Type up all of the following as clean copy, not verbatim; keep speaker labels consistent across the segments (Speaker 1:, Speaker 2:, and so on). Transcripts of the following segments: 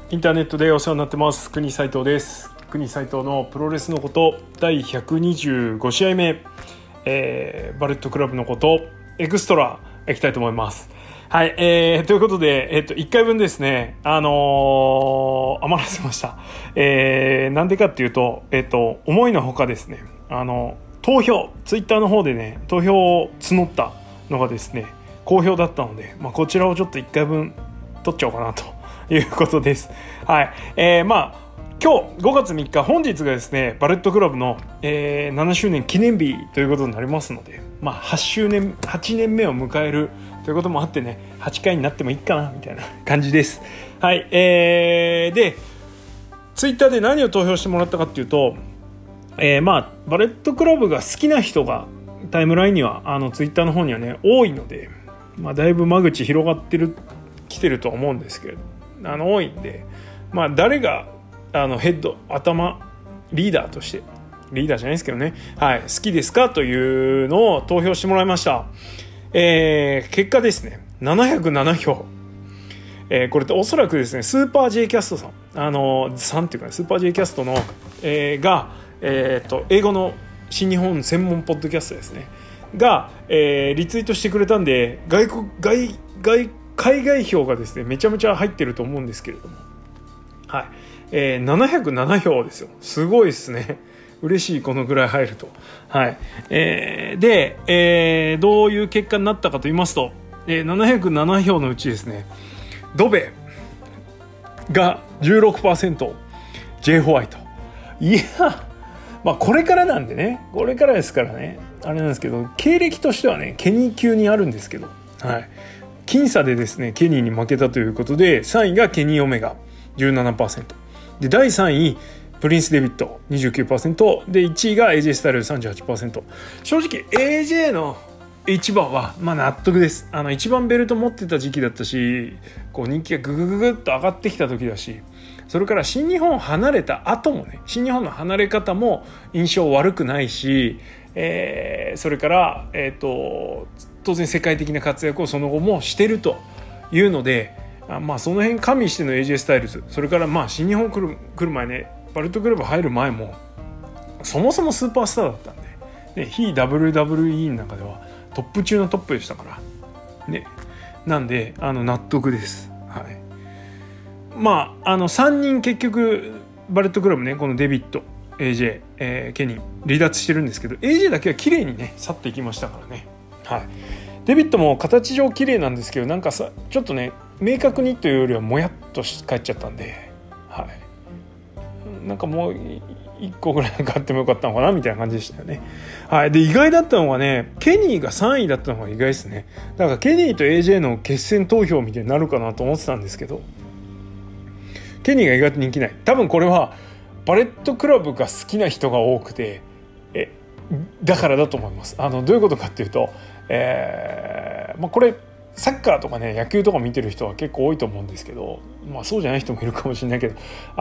Speaker 1: インターネットでお世話になってます国斉藤です。国斉藤のプロレスのこと第125試合目、バレットクラブのことエクストラいきたいと思います。はい、ということで、1回分ですね、余らせました。なんでかっていうと、思いのほかですね、投票ツイッターの方でね投票を募ったのがですね好評だったので、こちらをちょっと1回分取っちゃおうかなということです。はい、今日5月3日本日がですねバレットクラブの、7周年記念日ということになりますので、8年目を迎えるということもあってね8回になってもいいかなみたいな感じです。はい、でツイッターで何を投票してもらったかっていうと、バレットクラブが好きな人がタイムラインにはツイッターの方にはね多いので、だいぶ間口広がってきてるとは思うんですけれど多いんで、誰がヘッド頭リーダーとしてリーダーじゃないですけどね、はい、好きですかというのを投票してもらいました。結果ですね707票、これっておそらくですねスーパー J キャストさんっていうか、ね、スーパー J キャストの、が、英語の新日本専門ポッドキャストですねが、リツイートしてくれたんで海外票がですねめちゃめちゃ入ってると思うんですけれども、はい、707票ですよ。すごいですね。嬉しい、このぐらい入ると。はい、で、どういう結果になったかと言いますと、707票のうちですねドベが 16%、 J ホワイト、いやこれからなんでね、これからですからねあれなんですけど、経歴としてはねケニー級にあるんですけど、はい、僅差でですねケニーに負けたということで、3位がケニー・オメガ 17% で、第3位プリンス・デビッド 29% で、1位が AJ スタイル 38%。 正直 AJ の一番は納得です。一番ベルト持ってた時期だったし、こう人気がググググッと上がってきた時だし、それから新日本を離れた後もね、新日本の離れ方も印象悪くないし、それから、当然世界的な活躍をその後もしてるというので、その辺加味しての AJ スタイルズ、それから新日本来る前ね、バレットクラブ入る前もそもそもスーパースターだったんで、ね、非 WWE の中ではトップ中のトップでしたからね。なんで納得です。はい、3人結局バレットクラブね、このデビッド AJ、ケニー離脱してるんですけど、 AJ だけは綺麗にね去っていきましたからね。はい、デビッドも形上綺麗なんですけど、なんかちょっとね明確にというよりはもやっと帰っちゃったんで、はい、なんかもう1個ぐらい買ってもよかったのかなみたいな感じでしたよね。はい、で意外だったのがねケニーが3位だったのが意外ですね。だからケニーと AJ の決戦投票みたいになるかなと思ってたんですけど、ケニーが意外と人気ない。多分これはバレットクラブが好きな人が多くてだからだと思います。どういうことかっていうと、これサッカーとかね野球とか見てる人は結構多いと思うんですけど、そうじゃない人もいるかもしれないけど、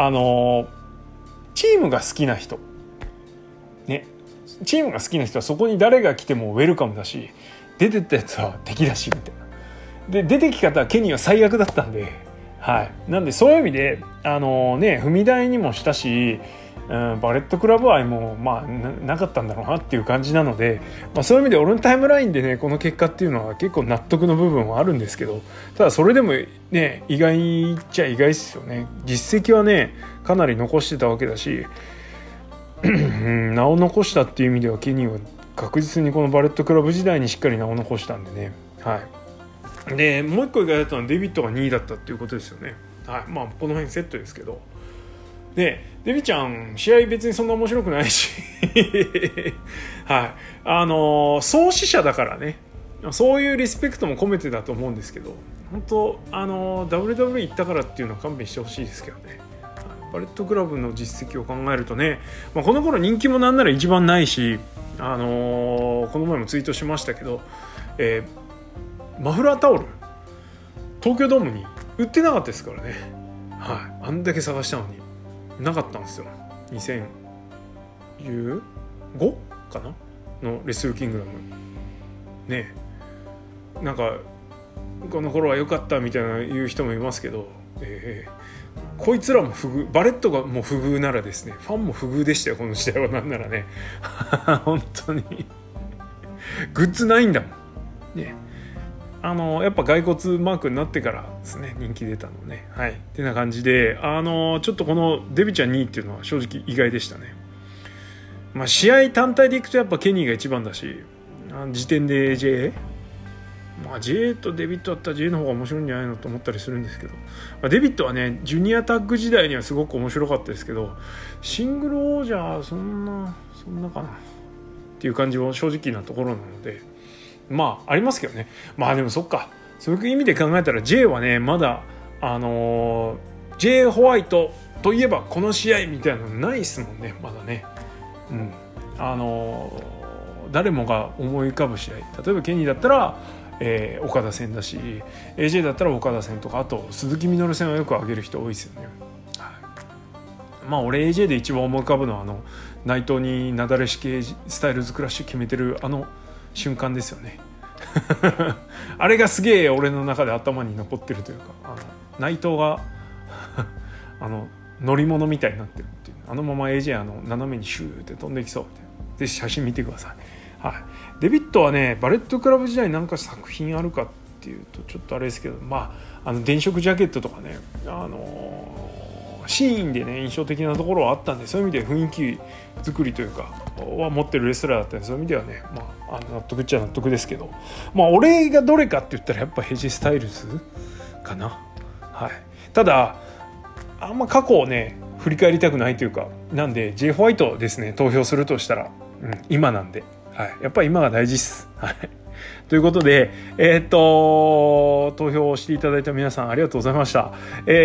Speaker 1: チームが好きな人ね、チームが好きな人はそこに誰が来てもウェルカムだし、出てったやつは敵だしみたいな。で出てき方はケニーは最悪だったんで、はい、なんでそういう意味で踏み台にもしたし、バレットクラブ愛もなかったんだろうなっていう感じなので、そういう意味で俺のタイムラインでねこの結果っていうのは結構納得の部分はあるんですけど、ただそれでもね意外っちゃ意外ですよね。実績はねかなり残してたわけだし名を残したっていう意味ではケニーは確実にこのバレットクラブ時代にしっかり名を残したんでね。はい、でもう一個意外だったのはデビッドが2位だったっていうことですよね。はい、この辺セットですけど、でデビちゃん試合別にそんな面白くないしはい、創始者だからね、そういうリスペクトも込めてだと思うんですけど、本当WWE 行ったからっていうのは勘弁してほしいですけどね。バレットクラブの実績を考えるとね、この頃人気もなんなら一番ないし、この前もツイートしましたけど、マフラータオル東京ドームに売ってなかったですからね。はい、あんだけ探したのになかったんですよ。2015かなのレスルキングダムね。なんかこの頃は良かったみたいな言う人もいますけど、 こいつらも不遇、バレットがもう不遇ならですね、ファンも不遇でしたよ、この時代は。なんならね本当にグッズないんだもんね。やっぱ骸骨マークになってからですね、人気出たのね。はい。ってな感じで、ちょっとこのデビちゃん2位っていうのは正直意外でしたね。まあ試合単体でいくとやっぱケニーが一番だし、時点で J？ まあ J とデビットだったら J の方が面白いんじゃないのと思ったりするんですけど、まあ、デビットはね、ジュニアタッグ時代にはすごく面白かったですけど、シングル王者そんなかなっていう感じも正直なところなので、まあありますけどね。まあでもそっか、そういう意味で考えたら J はね、まだJ ホワイトといえばこの試合みたいなのないですもんね、まだね。誰もが思い浮かぶ試合、例えばケニーだったら、岡田戦だし、 AJ だったら岡田戦とか、あと鈴木みのる戦はよく挙げる人多いですよね。はい、まあ俺 AJ で一番思い浮かぶのは内藤になだれ式スタイルズクラッシュ決めてる瞬間ですよねあれがすげえ俺の中で頭に残ってるというか、内藤が乗り物みたいになってるっていう、まま AJ 斜めにシューって飛んでいきそうみたいな。ぜひ写真見てください。はい、デビットはね、バレットクラブ時代に何か作品あるかっていうとちょっとあれですけど、まあ電飾ジャケットとかね、シーンでね印象的なところはあったんで、そういう意味で雰囲気作りというかは持ってるレスラーだったんで、そういう意味ではね、まあ納得っちゃ納得ですけど、まあ俺がどれかって言ったらやっぱヘジスタイルズかな。はい。ただあんま過去をね振り返りたくないというか、なんで J ホワイトですね、投票するとしたら、今なんで、はい、やっぱり今が大事っす。はい。ということで、投票していただいた皆さんありがとうございました。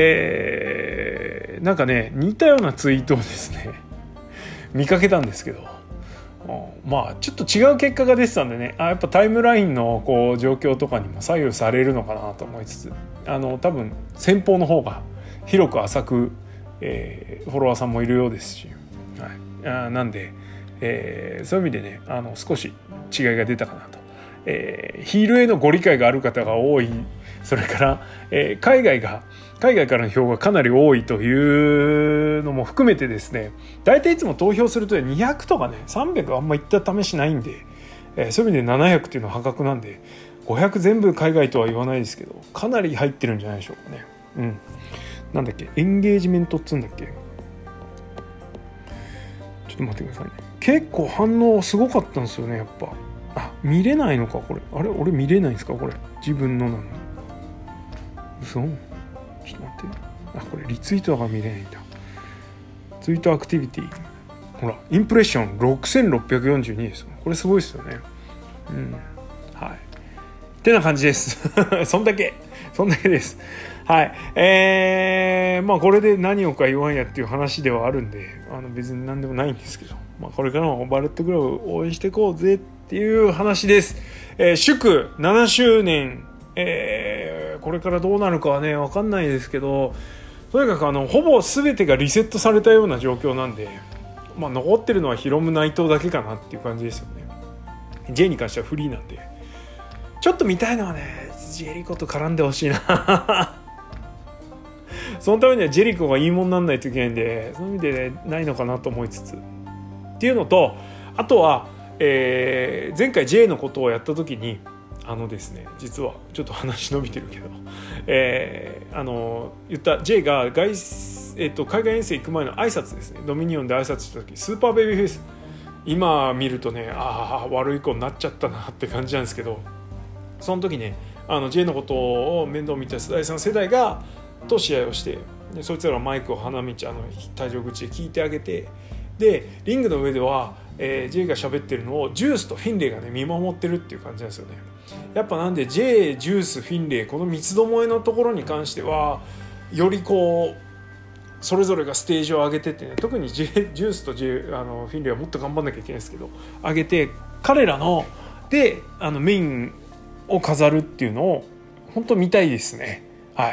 Speaker 1: なんかね、似たようなツイートをですね見かけたんですけど、まあちょっと違う結果が出てたんでね、やっぱタイムラインのこう状況とかにも左右されるのかなと思いつつ、多分先方の方が広く浅く、フォロワーさんもいるようですし、はい、なんで、そういう意味でね、少し違いが出たかなと。ヒールへのご理解がある方が多い、それから、海外からの票がかなり多いというのも含めてですね、大体いつも投票すると200とかね300あんまいった試しないんで、そういう意味で700っていうのは破格なんで、500全部海外とは言わないですけど、かなり入ってるんじゃないでしょうかね。なんだっけ、エンゲージメントっつうんだっけ、ちょっと待ってくださいね。結構反応すごかったんですよね、やっぱ。見れないのかこれ。俺見れないんですかこれ、自分のなの。嘘。ちょっと待って、これリツイートが見れないんだ。ツイートアクティビティ、ほらインプレッション6642ですよ。これすごいですよね。はい。ってな感じですそんだけです。はい。まあこれで何をか言わんやっていう話ではあるんで、別に何でもないんですけど、これからもバレットクラブを応援していこうぜっていう話です。祝7周年、これからどうなるかはね分かんないですけど、とにかくほぼ全てがリセットされたような状況なんで、残ってるのはヒロム内藤だけかなっていう感じですよね。 J に関してはフリーなんで、ちょっと見たいのはね、ジェリコと絡んでほしいなそのためにはジェリコがいいもんなんないといけないんで、そういう意味で、ね、ないのかなと思いつつっていうのと、あとは、前回 J のことをやった時にですね、実はちょっと話伸びてるけど、言った J が海外遠征行く前の挨拶ですね、ドミニオンで挨拶した時、スーパーベビーフェイス、今見るとね、悪い子になっちゃったなって感じなんですけど、その時ね、J のことを面倒見た第3世代がと試合をして、でそいつらはマイクを花道退場口で聞いてあげて、でリングの上では、J が喋ってるのをジュースとフィンレイがね見守ってるっていう感じなんですよね。やっぱなんで J、ジュース、フィンレイ、この三つどもえのところに関してはよりこうそれぞれがステージを上げてってね、特に ジュースと、フィンレイはもっと頑張んなきゃいけないですけど、上げて彼らのでメインを飾るっていうのを本当見たいですね。はい。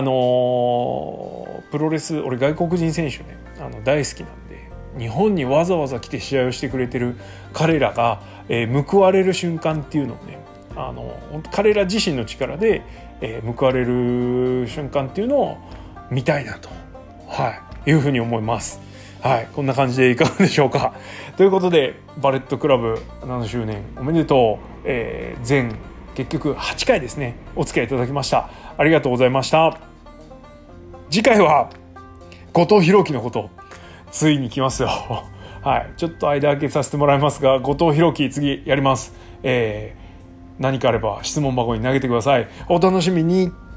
Speaker 1: プロレス、俺外国人選手ね大好きなんで、日本にわざわざ来て試合をしてくれてる彼らが、報われる瞬間っていうのをね本当彼ら自身の力で、報われる瞬間っていうのを見たいなと、いうふうに思います。こんな感じでいかがでしょうか。ということでバレットクラブ7周年おめでとう、全結局8回ですね、お付き合いいただきました。ありがとうございました。次回は後藤弘樹のことついに来ますよ。ちょっと間空けさせてもらいますが、後藤弘樹次やります。何かあれば質問箱に投げてください。お楽しみに。